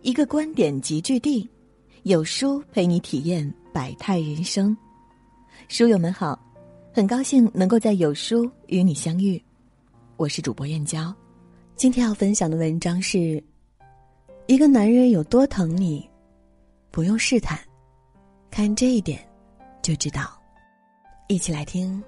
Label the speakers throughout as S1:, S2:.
S1: 一个观点集聚地，有书陪你体验百态人生。书友们好，很高兴能够在有书与你相遇，我是主播燕娇。今天要分享的文章是：一个男人有多疼你，不用试探，看这一点就知道。一起来听。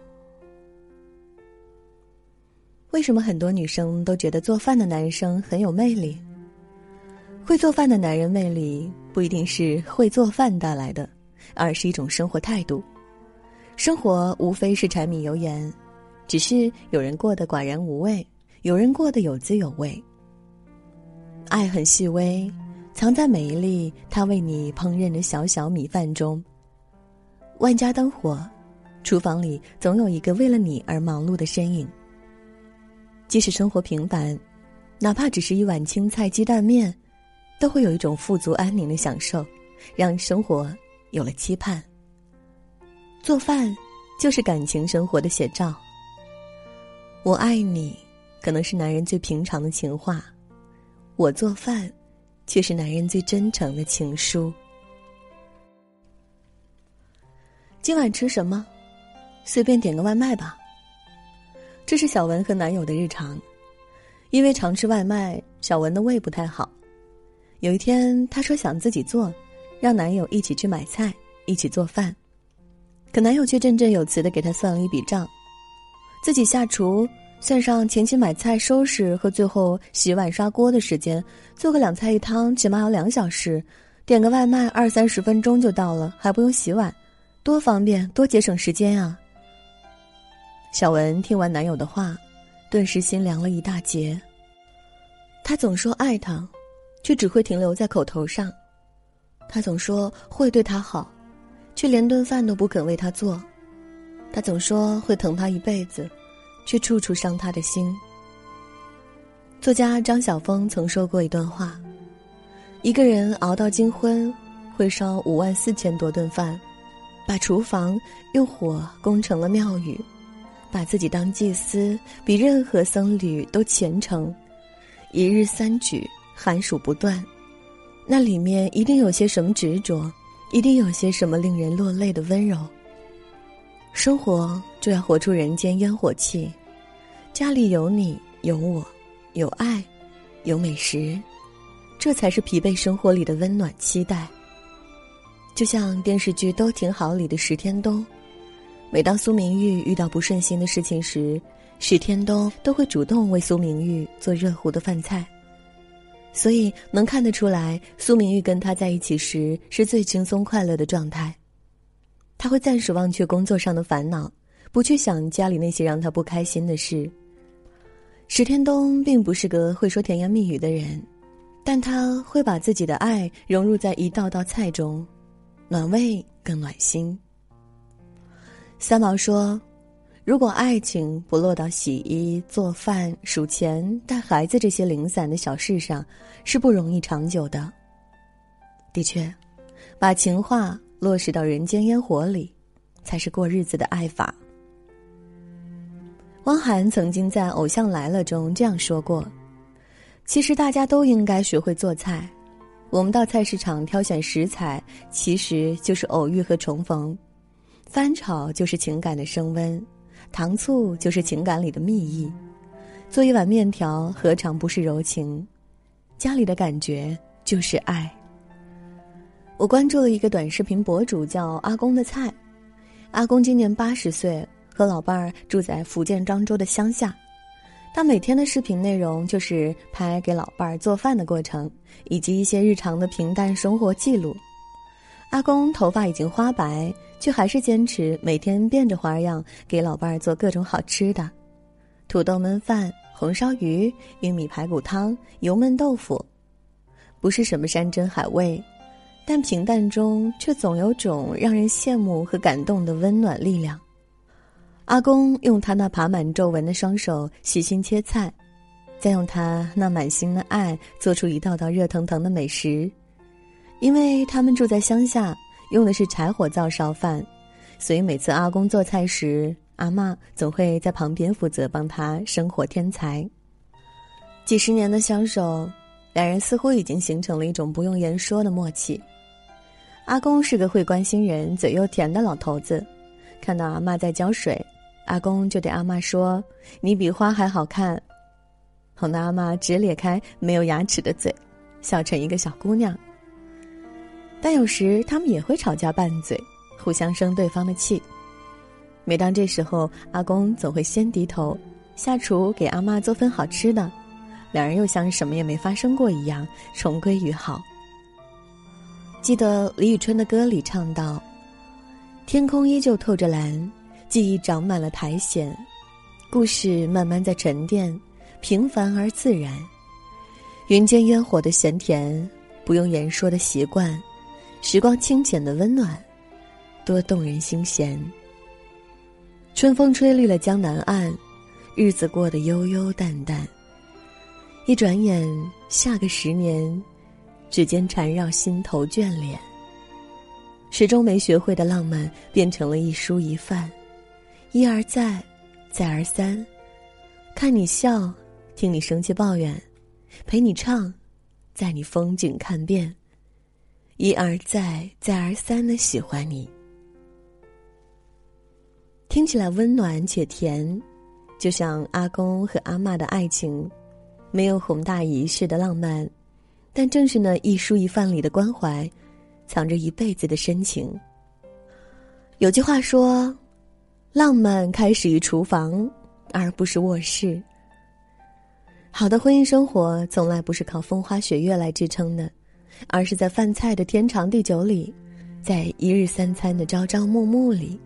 S1: 为什么很多女生都觉得做饭的男生很有魅力？会做饭的男人魅力不一定是会做饭带来的，而是一种生活态度。生活无非是柴米油盐，只是有人过得寡然无味，有人过得有滋有味。爱很细微，藏在每一粒他为你烹饪的小小米饭中。万家灯火，厨房里总有一个为了你而忙碌的身影。即使生活平凡，哪怕只是一碗青菜鸡蛋面，都会有一种富足安宁的享受，让生活有了期盼。做饭就是感情生活的写照。我爱你可能是男人最平常的情话，我做饭却是男人最真诚的情书。今晚吃什么？随便点个外卖吧。这是小文和男友的日常。因为常吃外卖，小文的胃不太好。有一天她说想自己做，让男友一起去买菜，一起做饭。可男友却振振有词地给她算了一笔账，自己下厨算上前期买菜收拾和最后洗碗刷锅的时间，做个2菜1汤起码要2小时，点个外卖20-30分钟就到了，还不用洗碗，多方便多节省时间啊。小文听完男友的话，顿时心凉了一大截。他总说爱他，却只会停留在口头上。他总说会对他好，却连顿饭都不肯为他做。他总说会疼他一辈子，却处处伤他的心。作家张晓峰曾说过一段话：一个人熬到金婚，会烧54000多顿饭，把厨房用火攻成了庙宇，把自己当祭司，比任何僧侣都虔诚。一日3举，寒暑不断，那里面一定有些什么执着，一定有些什么令人落泪的温柔。生活就要活出人间烟火气，家里有你有我，有爱有美食，这才是疲惫生活里的温暖期待。就像电视剧《都挺好》里的石天东，每当苏明玉遇到不顺心的事情时，石天东都会主动为苏明玉做热乎的饭菜。所以能看得出来，苏明玉跟他在一起时是最轻松快乐的状态。他会暂时忘却工作上的烦恼，不去想家里那些让他不开心的事。石天东并不是个会说甜言蜜语的人，但他会把自己的爱融入在一道道菜中，暖胃更暖心。三毛说，如果爱情不落到洗衣、做饭、数钱、带孩子这些零散的小事上，是不容易长久的。的确，把情话落实到人间烟火里，才是过日子的爱法。汪涵曾经在《偶像来了》中这样说过：其实大家都应该学会做菜，我们到菜市场挑选食材，其实就是偶遇和重逢。翻炒就是情感的升温，糖醋就是情感里的蜜意。做一碗面条何尝不是柔情？家里的感觉就是爱。我关注了一个短视频博主叫阿公的菜。阿公今年80岁，和老伴儿住在福建漳州的乡下。他每天的视频内容就是拍给老伴儿做饭的过程，以及一些日常的平淡生活记录。阿公头发已经花白，却还是坚持每天变着花样给老伴儿做各种好吃的：土豆焖饭、红烧鱼、玉米排骨汤、油焖豆腐。不是什么山珍海味，但平淡中却总有种让人羡慕和感动的温暖力量。阿公用他那爬满皱纹的双手细心切菜，再用他那满心的爱做出一道道热腾腾的美食。因为他们住在乡下，用的是柴火灶烧饭，所以每次阿公做菜时，阿嬷总会在旁边负责帮他生火添柴。几十年的相守， 两人似乎已经形成了一种不用言说的默契。阿公是个会关心人、嘴又甜的老头子，看到阿嬷在浇水，阿公就对阿嬷说：“你比花还好看。”哄得阿嬷直咧开没有牙齿的嘴，笑成一个小姑娘。但有时他们也会吵架拌嘴，互相生对方的气。每当这时候，阿公总会先低头下厨给阿嬷做份好吃的，两人又像什么也没发生过一样重归于好。记得李宇春的歌里唱道：“天空依旧透着蓝，记忆长满了苔藓，故事慢慢在沉淀，平凡而自然。云间烟火的咸甜，不用言说的习惯，时光清浅的温暖，多动人心弦。春风吹绿了江南岸，日子过得悠悠淡淡。一转眼，下个10年，指尖缠绕心头眷恋。始终没学会的浪漫，变成了一蔬一饭，一而再，再而三，看你笑，听你生气抱怨，陪你唱，载你风景看遍，一而再，再而三的喜欢你。听起来温暖且甜，就像阿公和阿嬷的爱情，没有宏大仪式的浪漫，但正是那一蔬一饭里的关怀，藏着一辈子的深情。有句话说，浪漫开始于厨房，而不是卧室。好的婚姻生活从来不是靠风花雪月来支撑的，而是在饭菜的天长地久里，在一日三餐的朝朝暮暮里。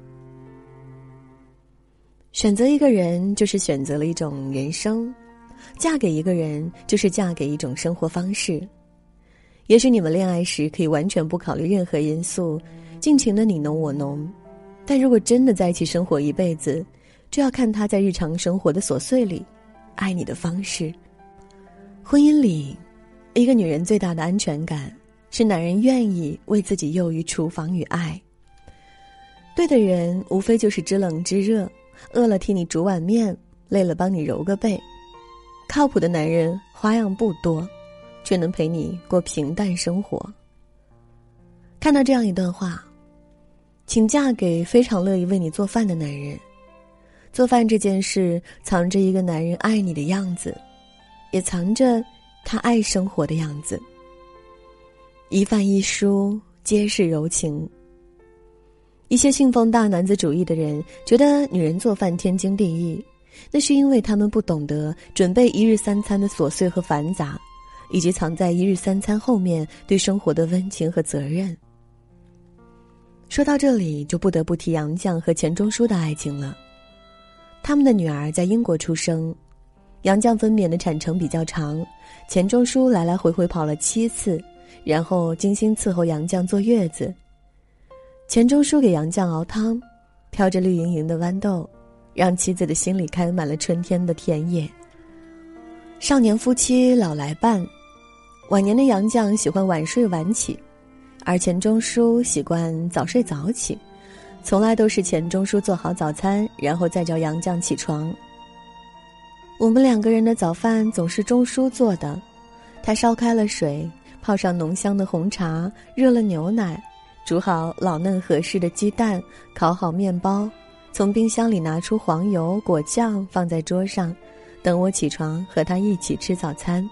S1: 选择一个人就是选择了一种人生，嫁给一个人就是嫁给一种生活方式。也许你们恋爱时可以完全不考虑任何因素，尽情的你侬我侬，但如果真的在一起生活一辈子，就要看他在日常生活的琐碎里爱你的方式。婚姻里，一个女人最大的安全感是男人愿意为自己囿于厨房与爱。对的人无非就是知冷知热，饿了替你煮碗面，累了帮你揉个背。靠谱的男人花样不多，却能陪你过平淡生活。看到这样一段话，请嫁给非常乐意为你做饭的男人。做饭这件事藏着一个男人爱你的样子，也藏着他爱生活的样子。一饭一蔬，皆是柔情。一些信奉大男子主义的人觉得女人做饭天经地义，那是因为他们不懂得准备一日三餐的琐碎和繁杂，以及藏在一日三餐后面对生活的温情和责任。说到这里，就不得不提杨绛和钱钟书的爱情了。他们的女儿在英国出生，杨绛分娩的产程比较长，钱钟书来来回回跑了7次，然后精心伺候杨绛坐月子。钱钟书给杨绛熬汤，飘着绿莹莹的豌豆，让妻子的心里开满了春天的田野。少年夫妻老来伴，晚年的杨绛喜欢晚睡晚起，而钱钟书习惯早睡早起，从来都是钱钟书做好早餐，然后再叫杨绛起床。我们2个人的早饭总是钟书做的，他烧开了水，泡上浓香的红茶，热了牛奶，煮好老嫩合适的鸡蛋，烤好面包，从冰箱里拿出黄油果酱放在桌上，等我起床和他一起吃早餐。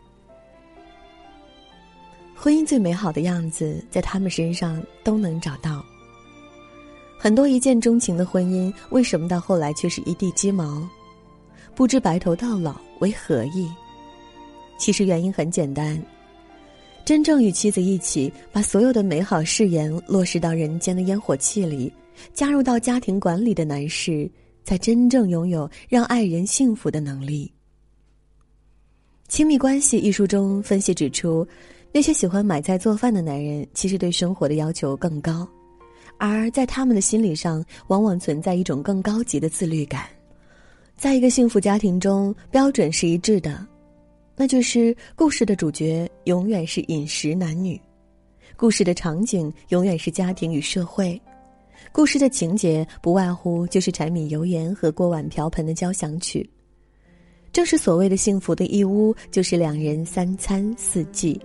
S1: 婚姻最美好的样子在他们身上都能找到。很多一见钟情的婚姻，为什么到后来却是一地鸡毛？不知白头到老为何意？其实原因很简单，真正与妻子一起把所有的美好誓言落实到人间的烟火气里，加入到家庭管理的男士，才真正拥有让爱人幸福的能力。亲密关系一书中分析指出，那些喜欢买菜做饭的男人其实对生活的要求更高，而在他们的心理上往往存在一种更高级的自律感。在一个幸福家庭中，标准是一致的，那就是故事的主角永远是饮食男女，故事的场景永远是家庭与社会，故事的情节不外乎就是柴米油盐和锅碗瓢盆的交响曲。 正是所谓的幸福的一屋，就是两人3餐4季。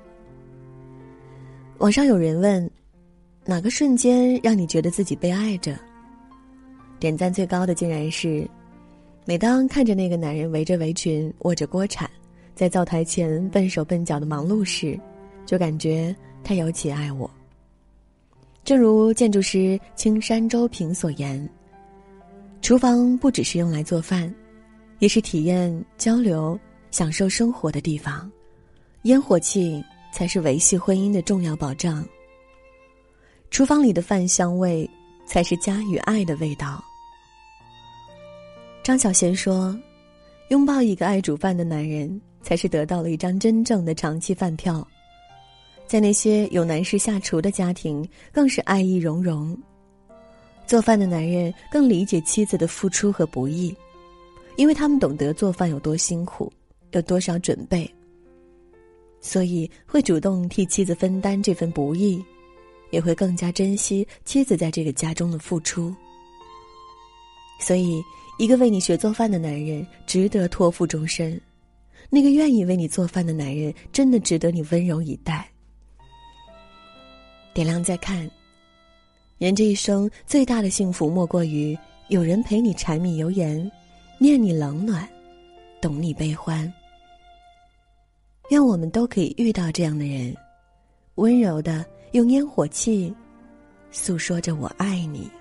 S1: 网上有人问，哪个瞬间让你觉得自己被爱着？点赞最高的竟然是，每当看着那个男人围着围裙，握着锅铲，在灶台前笨手笨脚的忙碌时，就感觉他尤其爱我。正如建筑师青山周平所言，厨房不只是用来做饭，也是体验、交流、享受生活的地方，烟火气才是维系婚姻的重要保障。厨房里的饭香味，才是家与爱的味道。张小娴说，拥抱一个爱煮饭的男人，才是得到了一张真正的长期饭票。在那些有男士下厨的家庭，更是爱意融融。做饭的男人更理解妻子的付出和不易，因为他们懂得做饭有多辛苦，有多少准备，所以会主动替妻子分担这份不易，也会更加珍惜妻子在这个家中的付出。所以一个为你学做饭的男人值得托付终身，那个愿意为你做饭的男人真的值得你温柔以待。点亮再看，人这一生最大的幸福莫过于有人陪你柴米油盐，念你冷暖，懂你悲欢。愿我们都可以遇到这样的人，温柔的用烟火气诉说着我爱你。